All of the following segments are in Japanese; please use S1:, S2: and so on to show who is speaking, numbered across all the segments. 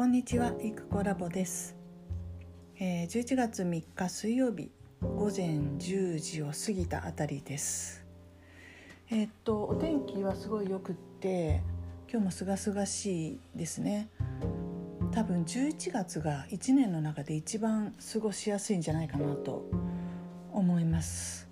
S1: んにちは、いくこラボです。11月3日水曜日午前10時を過ぎたあたりです。お天気はすごいよくって、今日もすがすがしいですね。多分11月が1年の中で一番過ごしやすいんじゃないかなと思います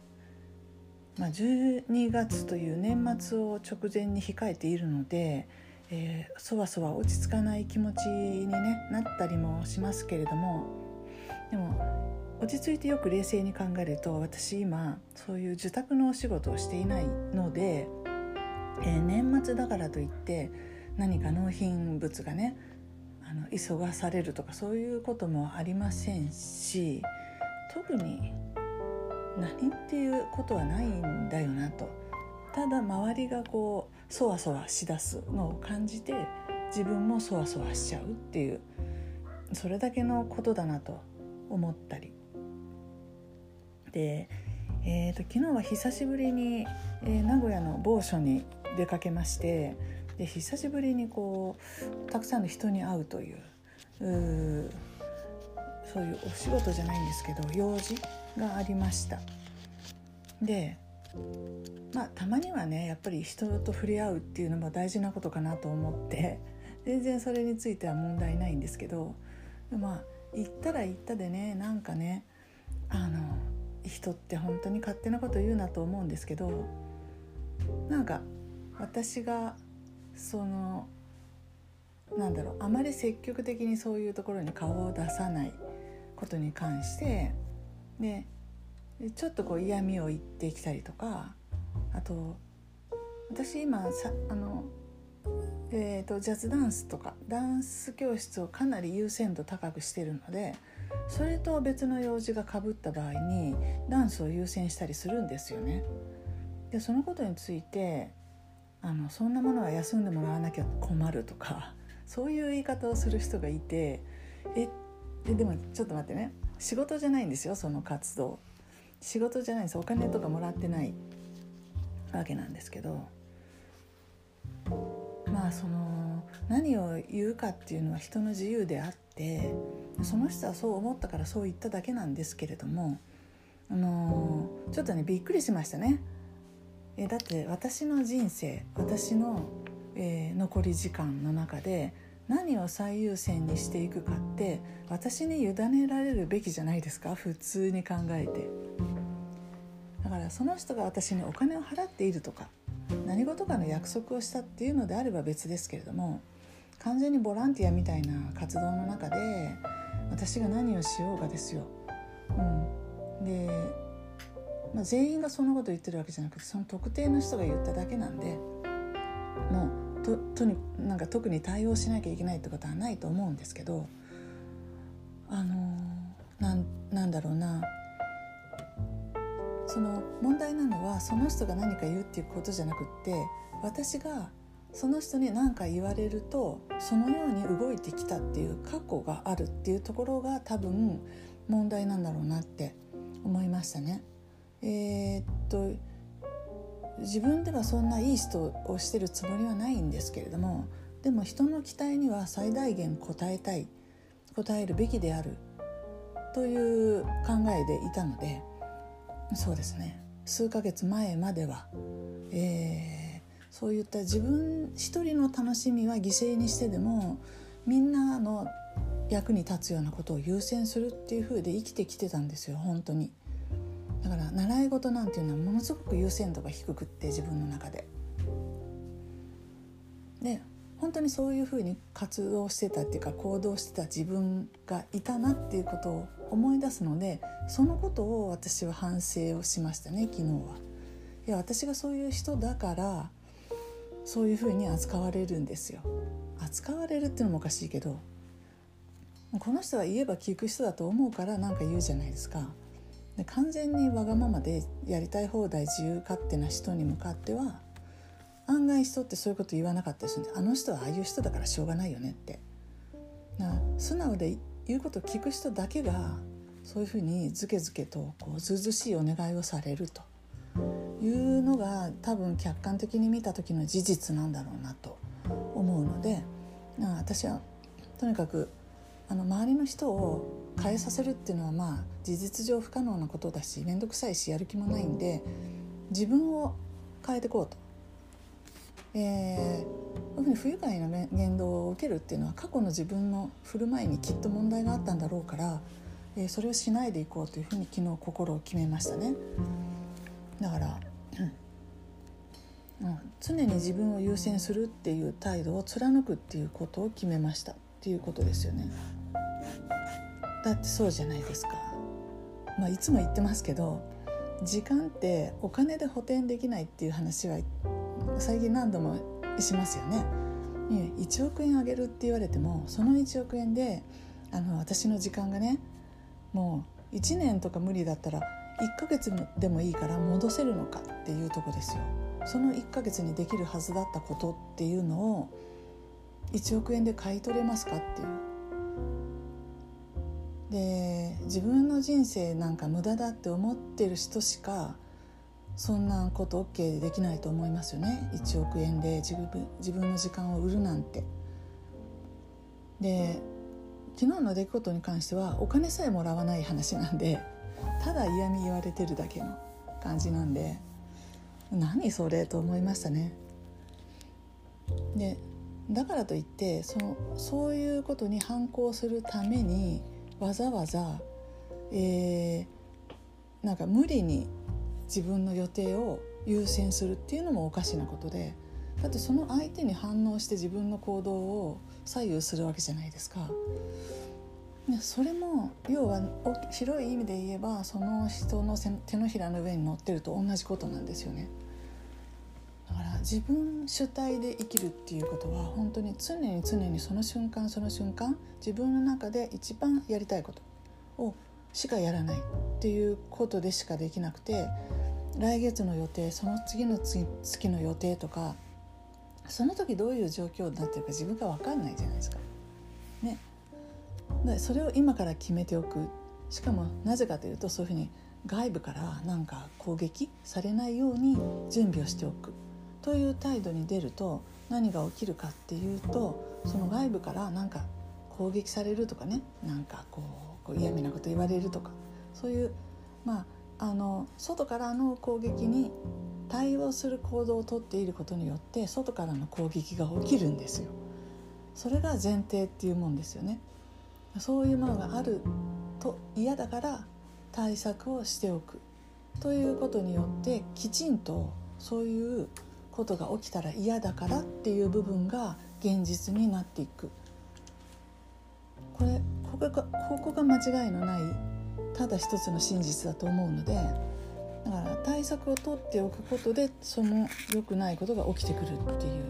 S1: 。12月という年末を直前に控えているので、そわそわ落ち着かない気持ちに、なったりもしますけれども、でも落ち着いてよく冷静に考えると、私今そういう受託のお仕事をしていないので、年末だからといって何か納品物が急がされるとかそういうこともありませんし、特に何っていうことはないんだよなと。ただ周りがそわそわしだすのを感じて、自分もそわそわしちゃうっていう、それだけのことだなと思ったりで、昨日は久しぶりに、名古屋の某所に出かけまして、で久しぶりにたくさんの人に会うという、そういうお仕事じゃないんですけど用事がありました。でたまにはやっぱり人と触れ合うっていうのも大事なことかなと思って、全然それについては問題ないんですけど、行ったら行ったで人って本当に勝手なこと言うなと思うんですけど、私があまり積極的にそういうところに顔を出さないことに関してちょっと嫌味を言ってきたりとか、あと私今ジャズダンスとかダンス教室をかなり優先度高くしているので、それと別の用事が被った場合にダンスを優先したりするんですよね。でそのことについてそんなものは休んでもらわなきゃ困るとか、そういう言い方をする人がいて、でもちょっと待ってね、仕事じゃないんですよ、その活動。仕事じゃないんです。お金とかもらってないわけなんですけど、何を言うかっていうのは人の自由であって、その人はそう思ったからそう言っただけなんですけれども、ちょっとびっくりしましたね。だって私の人生、私の、残り時間の中で何を最優先にしていくかって私に委ねられるべきじゃないですか、普通に考えて。だからその人が私にお金を払っているとか何事かの約束をしたっていうのであれば別ですけれども、完全にボランティアみたいな活動の中で私が何をしようがですよ、で、全員がそんなこと言ってるわけじゃなくて、その特定の人が言っただけなんで、もう特に対応しなきゃいけないってことはないと思うんですけど、その問題なのはその人が何か言うっていうことじゃなくって、私がその人に何か言われるとそのように動いてきたっていう過去があるっていうところが多分問題なんだろうなって思いましたね。自分ではそんないい人をしてるつもりはないんですけれども、でも人の期待には最大限応えるべきであるという考えでいたので、そうですね、数ヶ月前までは、そういった自分一人の楽しみは犠牲にしてでもみんなの役に立つようなことを優先するっていう風で生きてきてたんですよ、本当に。だから習い事なんていうのはものすごく優先度が低くって、自分の中で本当にそういう風に活動してたっていうか行動してた自分がいたなっていうことを思い出すので、そのことを私は反省をしましたね、昨日は。私がそういう人だからそういう風に扱われるんですよ。扱われるっていうのもおかしいけど、この人は言えば聞く人だと思うから言うじゃないですか。で完全にわがままでやりたい放題自由勝手な人に向かっては案外人ってそういうこと言わなかったりするんで、あの人はああいう人だからしょうがないよねって、素直で言うことを聞く人だけがそういうふうにずけずけとずうずうしいお願いをされるというのが多分客観的に見た時の事実なんだろうなと思うので、私はとにかく周りの人を変えさせるっていうのは事実上不可能なことだし、面倒くさいしやる気もないんで、自分を変えていこうと、こういうふうに不愉快な言動を受けるっていうのは過去の自分の振る舞いにきっと問題があったんだろうから、それをしないでいこうというふうに昨日心を決めましたね。だから、常に自分を優先するっていう態度を貫くっていうことを決めましたっていうことですよね。だってそうじゃないですか。いつも言ってますけど、時間ってお金で補填できないっていう話は最近何度もしますよね。1億円あげるって言われても、その1億円で私の時間がね、もう1年とか無理だったら1ヶ月でもいいから戻せるのかっていうとこですよ。その1ヶ月にできるはずだったことっていうのを1億円で買い取れますかっていう。で、自分の人生なんか無駄だって思ってる人しかそんなこと OK できないと思いますよね。1億円で自分の時間を売るなんて。で、昨日の出来事に関してはお金さえもらわない話なんで、ただ嫌味言われてるだけの感じなんで、何それと思いましたね。で、だからといってそういうことに反抗するためにわざわざ、なんか無理に自分の予定を優先するっていうのもおかしなことで、だってその相手に反応して自分の行動を左右するわけじゃないですか。それも要は広い意味で言えば、その人の手のひらの上に乗ってると同じことなんですよね。だから自分主体で生きるっていうことは、本当に常にその瞬間その瞬間、自分の中で一番やりたいことをしかやらないっていうことでしかできなくて、来月の予定、その次の月の予定とか、その時どういう状況になってるか自分が分かんないじゃないですかね。でそれを今から決めておく。しかもなぜかというと、そういうふうに外部からなんか攻撃されないように準備をしておくという態度に出ると、何が起きるかっていうと、その外部からなんか攻撃されるとかね、なんかこう嫌味なこと言われるとか、そういう外からの攻撃に対応する行動をとっていることによって、外からの攻撃が起きるんですよ。それが前提っていうもんですよね。そういうものがあると嫌だから対策をしておくということによって、きちんとそういうことが起きたら嫌だからっていう部分が現実になっていく。ここが間違いのないただ一つの真実だと思うので、だから対策を取っておくことでその良くないことが起きてくるっていう、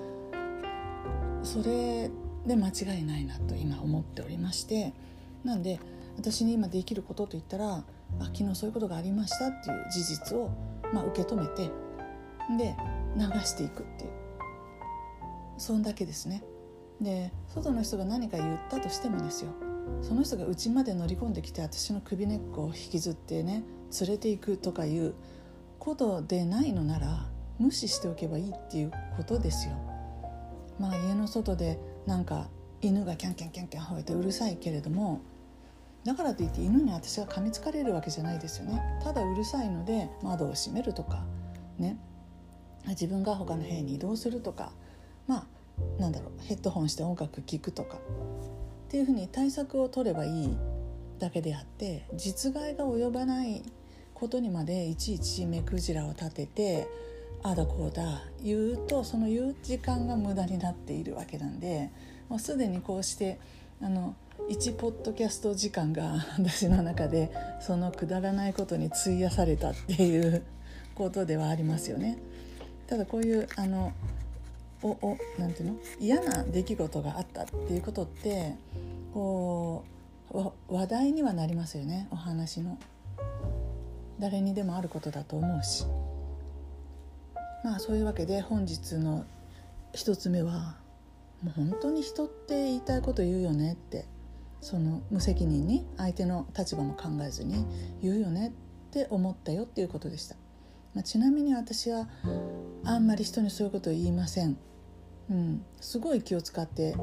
S1: それで間違いないなと今思っておりまして、なんで私に今できることといったら、昨日そういうことがありましたっていう事実を受け止めて、で流していくっていう、そんだけですね。で、外の人が何か言ったとしてもですよ、その人が家まで乗り込んできて私の首根っこを引きずってね連れていくとかいうことでないのなら、無視しておけばいいっていうことですよ。家の外でなんか犬がキャンキャンキャンキャン吠えてうるさいけれども、だからといって犬に私が噛みつかれるわけじゃないですよね。ただうるさいので窓を閉めるとかね、自分が他の部屋に移動するとか、ヘッドホンして音楽聴くとかっていうふうに対策を取ればいいだけであって、実害が及ばないことにまでいちいち目くじらを立ててああだこうだ言うと、その言う時間が無駄になっているわけなんで、もうすでにこうして1ポッドキャスト時間が私の中でそのくだらないことに費やされたっていうことではありますよね。ただこういうなんていうの、嫌な出来事があったっていうことってこう話題にはなりますよね。お話の誰にでもあることだと思うし、そういうわけで本日の一つ目は、もう本当に人って言いたいこと言うよねって、その無責任に相手の立場も考えずに言うよねって思ったよっていうことでした。ちなみに私はあんまり人にそういうことを言いません。すごい気を使って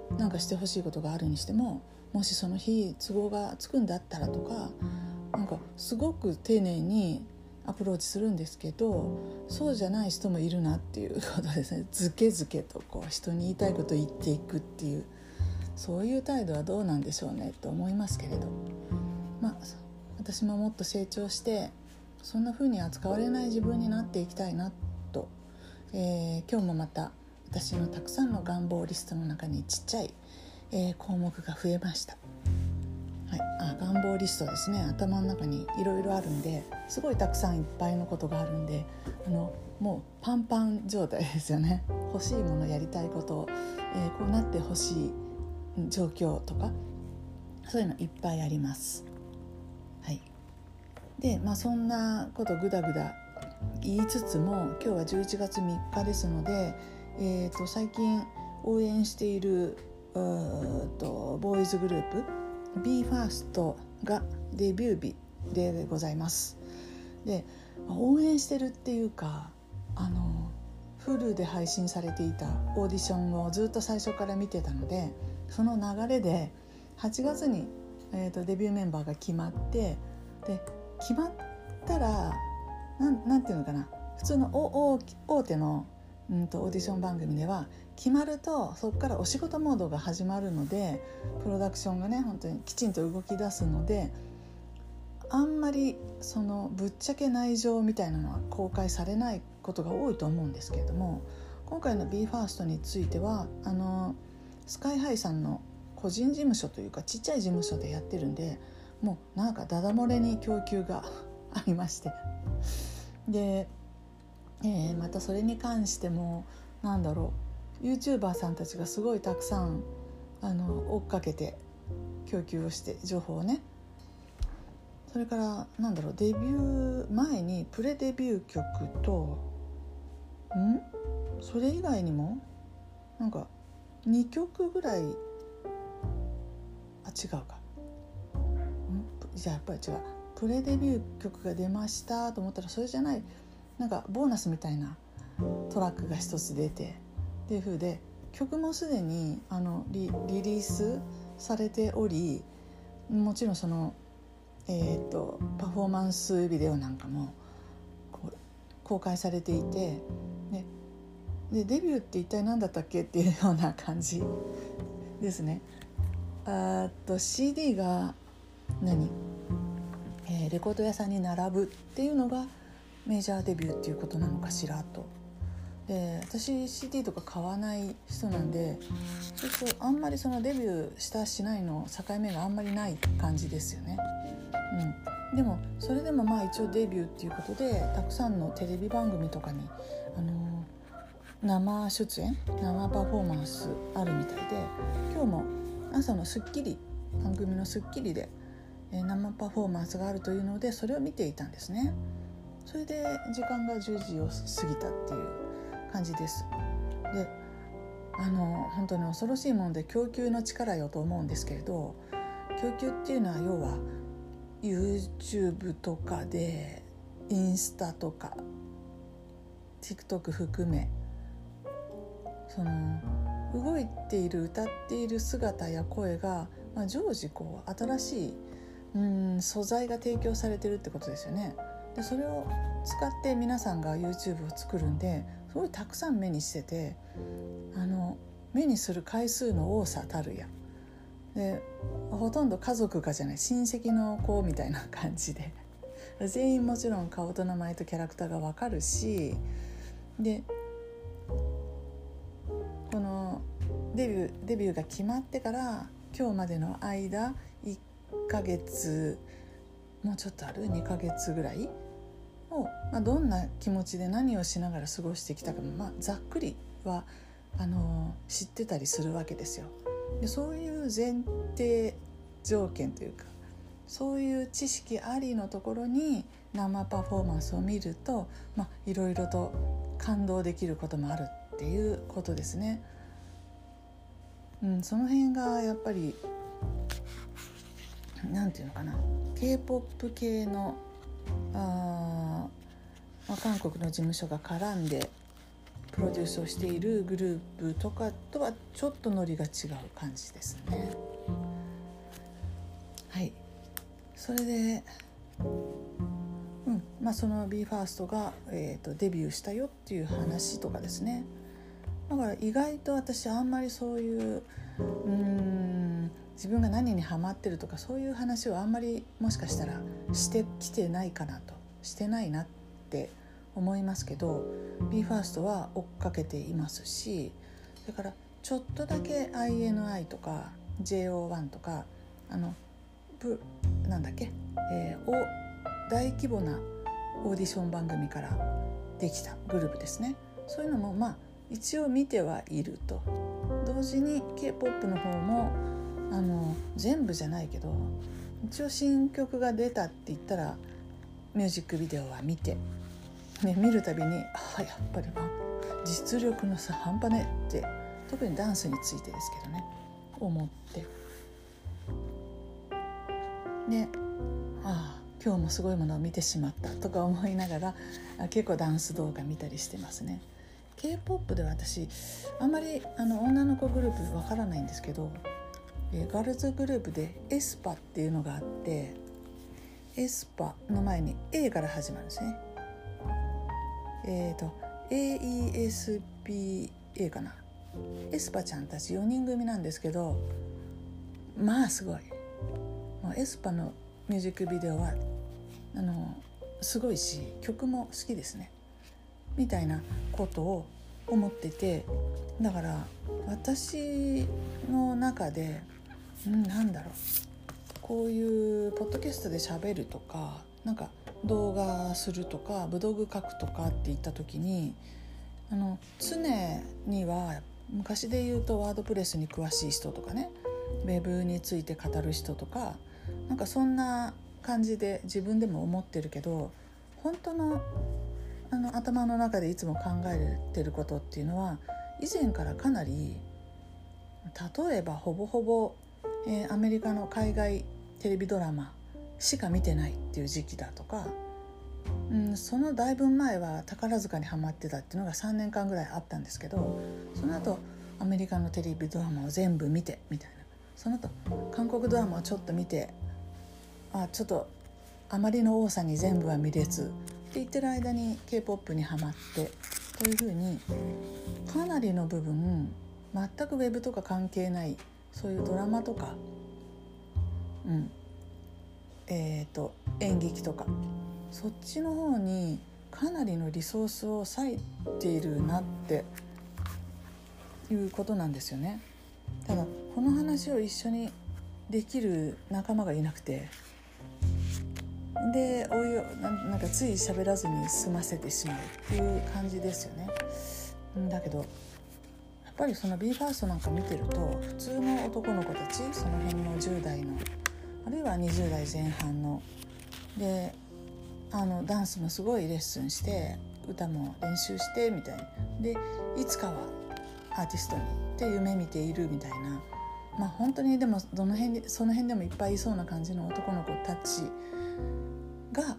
S1: なんかしてほしいことがあるにしても、もしその日都合がつくんだったらとか、なんかすごく丁寧にアプローチするんですけど、そうじゃない人もいるなっていうことですね。ずけずけとこう人に言いたいことを言っていくっていう、そういう態度はどうなんでしょうねと思いますけれど、私ももっと成長してそんな風に扱われない自分になっていきたいなと、今日もまた私のたくさんの願望リストの中にちっちゃい、項目が増えました。願望リストですね。頭の中にいろいろあるんで、すごいたくさんいっぱいのことがあるんで、もうパンパン状態ですよね。欲しいもの、やりたいこと、こうなってほしい状況とか、そういうのいっぱいあります。で、そんなことぐだぐだ言いつつも、今日は11月3日ですので、最近応援しているボーイズグループBE:FIRST がデビュー日でございます。で、応援してるっていうか、Hulu で配信されていたオーディションをずっと最初から見てたので、その流れで8月に、デビューメンバーが決まって、で決まったらなんていうのかな、普通の大手のオーディション番組では決まるとそこからお仕事モードが始まるので、プロダクションがね本当にきちんと動き出すので、あんまりそのぶっちゃけ内情みたいなのは公開されないことが多いと思うんですけれども、今回の BE:FIRST についてはスカイハイさんの個人事務所というかちっちゃい事務所でやってるんで、もうなんかダダ漏れに供給がありまして、で、またそれに関してもYouTuber さんたちがすごいたくさん追っかけて供給をして、情報をね。それからデビュー前にプレデビュー曲とそれ以外にも2曲ぐらい、違うか、じゃあやっぱり違う、プレデビュー曲が出ましたと思ったら、それじゃないボーナスみたいなトラックが一つ出てっていう風で、曲もすでにリリースされており、もちろんそのパフォーマンスビデオなんかも公開されていて、でデビューって一体何だったっけっていうような感じですね。CD がレコード屋さんに並ぶっていうのがメジャーデビューっていうことなのかしらと。で、私 CD とか買わない人なんで、そうするとあんまりそのデビューしたしないの境目があんまりない感じですよね。でもそれでも一応デビューっていうことで、たくさんのテレビ番組とかに、生出演、生パフォーマンスあるみたいで、今日も朝のスッキリ、番組のスッキリで生パフォーマンスがあるというので、それを見ていたんですね。それで時間が10時を過ぎたっていう感じです。で、本当に恐ろしいもので、供給の力よと思うんですけれど、供給っていうのは要は YouTube とかでインスタとか TikTok 含め、その動いている、歌っている姿や声が、常時新しい素材が提供されてるってことですよね。でそれを使って皆さんが YouTube を作るんで、すごいたくさん目にしてて、目にする回数の多さたるやで、ほとんど家族がじゃない、親戚の子みたいな感じで、全員もちろん顔と名前とキャラクターが分かるし、でこのデビューが決まってから今日までの間1ヶ月もうちょっとある2ヶ月ぐらいを、どんな気持ちで何をしながら過ごしてきたかも、ざっくりは知ってたりするわけですよ。でそういう前提条件というか、そういう知識ありのところに生パフォーマンスを見ると、いろいろと感動できることもあるっていうことですね。その辺がやっぱりなんていうのかな、 K-POP 系の韓国の事務所が絡んでプロデュースをしているグループとかとはちょっとノリが違う感じですね。はい、それで、その BE:FIRST が、デビューしたよっていう話とかですね。だから意外と私あんまりそういう自分が何にハマってるとかそういう話をあんまりもしかしたらしてきてないかなと、してないなって思いますけど、 BE:FIRST は追っかけていますし、だからちょっとだけ INI とか JO1 とか大規模なオーディション番組からできたグループですね。そういうのも一応見てはいると同時に K-POP の方も全部じゃないけど一応新曲が出たって言ったらミュージックビデオは見て、見るたびにやっぱり実力の差半端ねって、特にダンスについてですけどね思って、で今日もすごいものを見てしまったとか思いながら結構ダンス動画見たりしてますね。 K-POP では私あんまり女の子グループわからないんですけど、ガールズグループでエスパっていうのがあって、エスパの前に A から始まるんですね。AESPA かな。エスパちゃんたち4人組なんですけど、すごい。エスパのミュージックビデオはすごいし曲も好きですねみたいなことを思ってて、だから私の中でこういうポッドキャストで喋るとか動画するとかブログ書くとかって言った時に常には昔で言うとワードプレスに詳しい人とかね、ウェブについて語る人とかそんな感じで自分でも思ってるけど、本当の頭の中でいつも考えてることっていうのは以前からかなり、例えばほぼほぼ、アメリカの海外テレビドラマしか見てないっていう時期だとか、そのだいぶ前は宝塚にハマってたっていうのが3年間ぐらいあったんですけど、その後アメリカのテレビドラマを全部見てみたいな、その後韓国ドラマをちょっと見てちょっとあまりの多さに全部は見れずって言ってる間に K-POP にハマってというふうにかなりの部分全くウェブとか関係ないそういうドラマとか、演劇とかそっちの方にかなりのリソースを割いているなっていうことなんですよね。ただこの話を一緒にできる仲間がいなくて、でつい喋らずに済ませてしまうっていう感じですよね。だけどやっぱりその BE:FIRST なんか見てると普通の男の子たち、その辺の10代のあるいは20代前半のでダンスもすごいレッスンして歌も練習してみたいでいつかはアーティストにって夢見ているみたいな、本当にでもその辺でもいっぱいいそうな感じの男の子たちが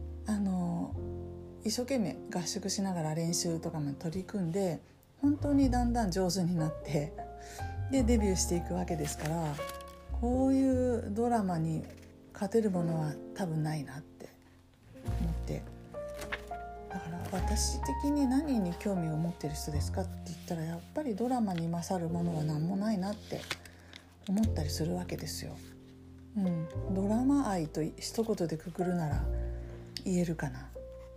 S1: 一生懸命合宿しながら練習とかも取り組んで本当にだんだん上手になってでデビューしていくわけですから、こういうドラマに勝てるものは多分ないなって思って、だから私的に何に興味を持ってる人ですかって言ったらやっぱりドラマに勝るものは何もないなって思ったりするわけですよ。ドラマ愛と一言でくくるなら言えるかな。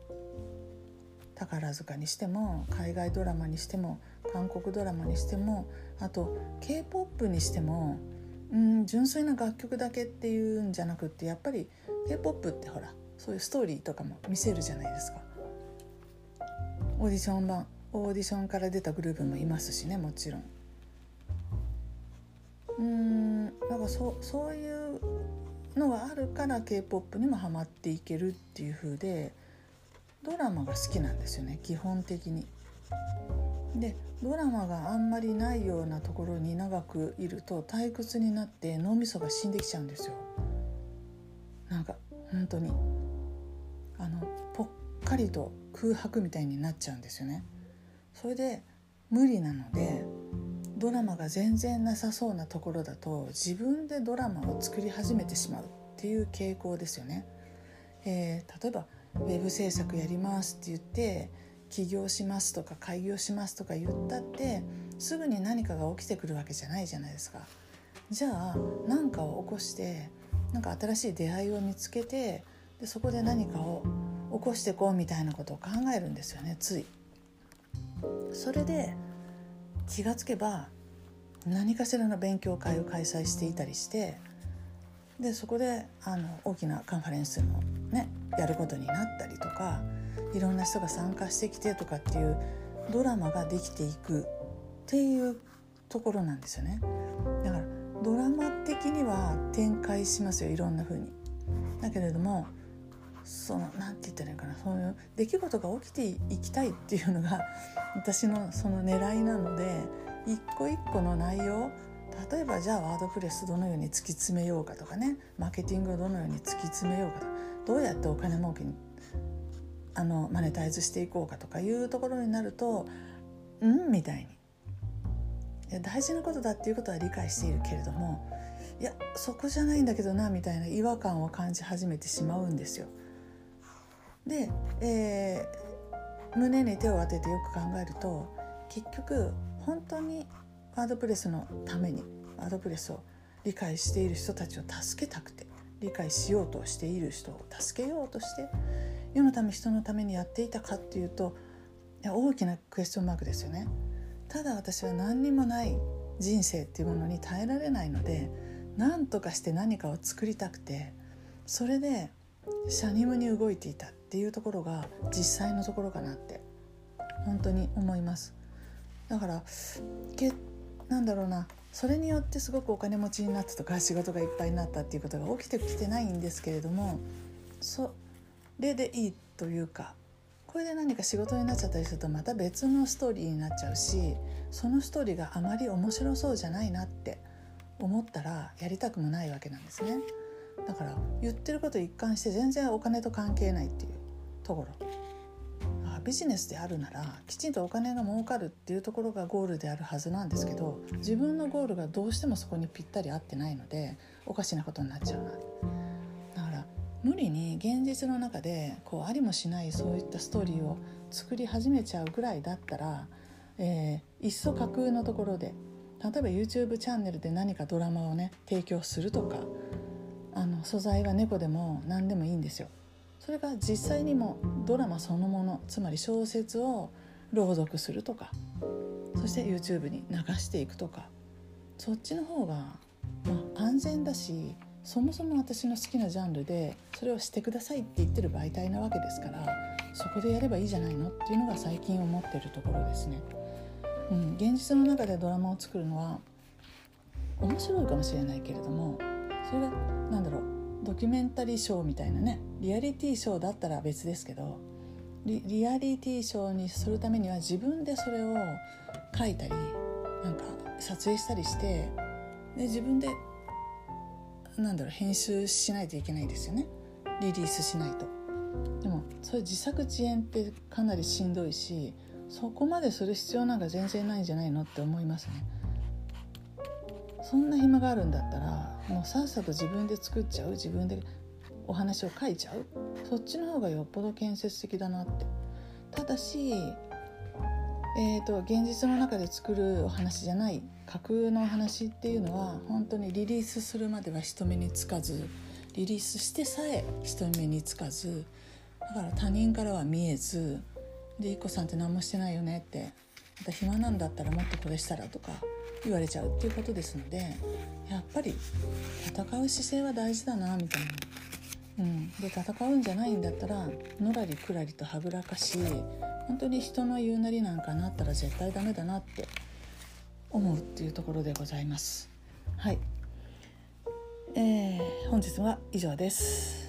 S1: 宝塚にしても海外ドラマにしても韓国ドラマにしてもあと K-POP にしても純粋な楽曲だけっていうんじゃなくってやっぱり K-POP ってほらそういうストーリーとかも見せるじゃないですか。オーディションから出たグループもいますしね、もちろん。だからそういうのがあるから K-POP にもハマっていけるっていう風でドラマが好きなんですよね、基本的に。でドラマがあんまりないようなところに長くいると退屈になって脳みそが死んできちゃうんですよ。本当にぽっかりと空白みたいになっちゃうんですよね。 それで無理なので、ドラマが全然なさそうなところだと自分でドラマを作り始めてしまうっていう傾向ですよね。例えばウェブ制作やりますって言って起業しますとか開業しますとか言ったってすぐに何かが起きてくるわけじゃないじゃないですか。じゃあ何かを起こして新しい出会いを見つけて、でそこで何かを起こしていこうみたいなことを考えるんですよね、つい。それで気がつけば何かしらの勉強会を開催していたりして、でそこで大きなカンファレンスのねやることになったりとか、いろんな人が参加してきてとかっていうドラマができていくっていうところなんですよね。だからドラマ的には展開しますよ、いろんな風に。だけれどもなんて言ったらいいかな、そういう出来事が起きていきたいっていうのが私のその狙いなので、一個一個の内容、例えばじゃあワードプレスどのように突き詰めようかとかね、マーケティングをどのように突き詰めようかとか、どうやってお金儲けにマネタイズしていこうかとかいうところになるとみたいに、大事なことだっていうことは理解しているけれども、いやそこじゃないんだけどなみたいな違和感を感じ始めてしまうんですよ。で、胸に手を当ててよく考えると、結局本当にワードプレスのためにワードプレスを理解している人たちを助けたくて、理解しようとしている人を助けようとして世のため人のためにやっていたかっていうと、大きなクエスチョンマークですよね。ただ私は何にもない人生っていうものに耐えられないので、何とかして何かを作りたくて、それでシャニムに動いていたっていうところが実際のところかなって本当に思います。だからそれによってすごくお金持ちになったとか仕事がいっぱいになったっていうことが起きてきてないんですけれども、それでいいというか、これで何か仕事になっちゃったりするとまた別のストーリーになっちゃうし、そのストーリーがあまり面白そうじゃないなって思ったらやりたくもないわけなんですね。だから言ってること一貫して全然お金と関係ないっていうところ、ビジネスであるならきちんとお金が儲かるっていうところがゴールであるはずなんですけど、自分のゴールがどうしてもそこにぴったり合ってないのでおかしなことになっちゃうな。だから無理に現実の中でありもしないそういったストーリーを作り始めちゃうぐらいだったら、いっそ架空のところで、例えば YouTube チャンネルで何かドラマをね提供するとか、素材は猫でも何でもいいんですよ。それが実際にもドラマそのもの、つまり小説を朗読するとか、そして YouTube に流していくとか、そっちの方が安全だし、そもそも私の好きなジャンルでそれをしてくださいって言ってる媒体なわけですから、そこでやればいいじゃないのっていうのが最近思ってるところですね。現実の中でドラマを作るのは面白いかもしれないけれども、それがドキュメンタリーショーみたいなね、リアリティショーだったら別ですけど、リアリティショーにするためには自分でそれを書いたり撮影したりして、で自分で編集しないといけないですよね、リリースしないと。でもそれ自作自演ってかなりしんどいし、そこまでする必要なんか全然ないんじゃないのって思いますね。そんな暇があるんだったらもうさっさと自分で作っちゃう、自分でお話を書いちゃう、そっちの方がよっぽど建設的だなって。ただし、現実の中で作るお話じゃない架空のお話っていうのは本当にリリースするまでは人目につかず、リリースしてさえ人目につかず、だから他人からは見えずで、いっこさんって何もしてないよねって、また暇なんだったらもっとこれしたらとか言われちゃうっていうことですので、やっぱり戦う姿勢は大事だなみたいな、で戦うんじゃないんだったらのらりくらりとはぐらかし、本当に人の言うなりなんかなったら絶対ダメだなって思うっていうところでございます。はい、本日は以上です。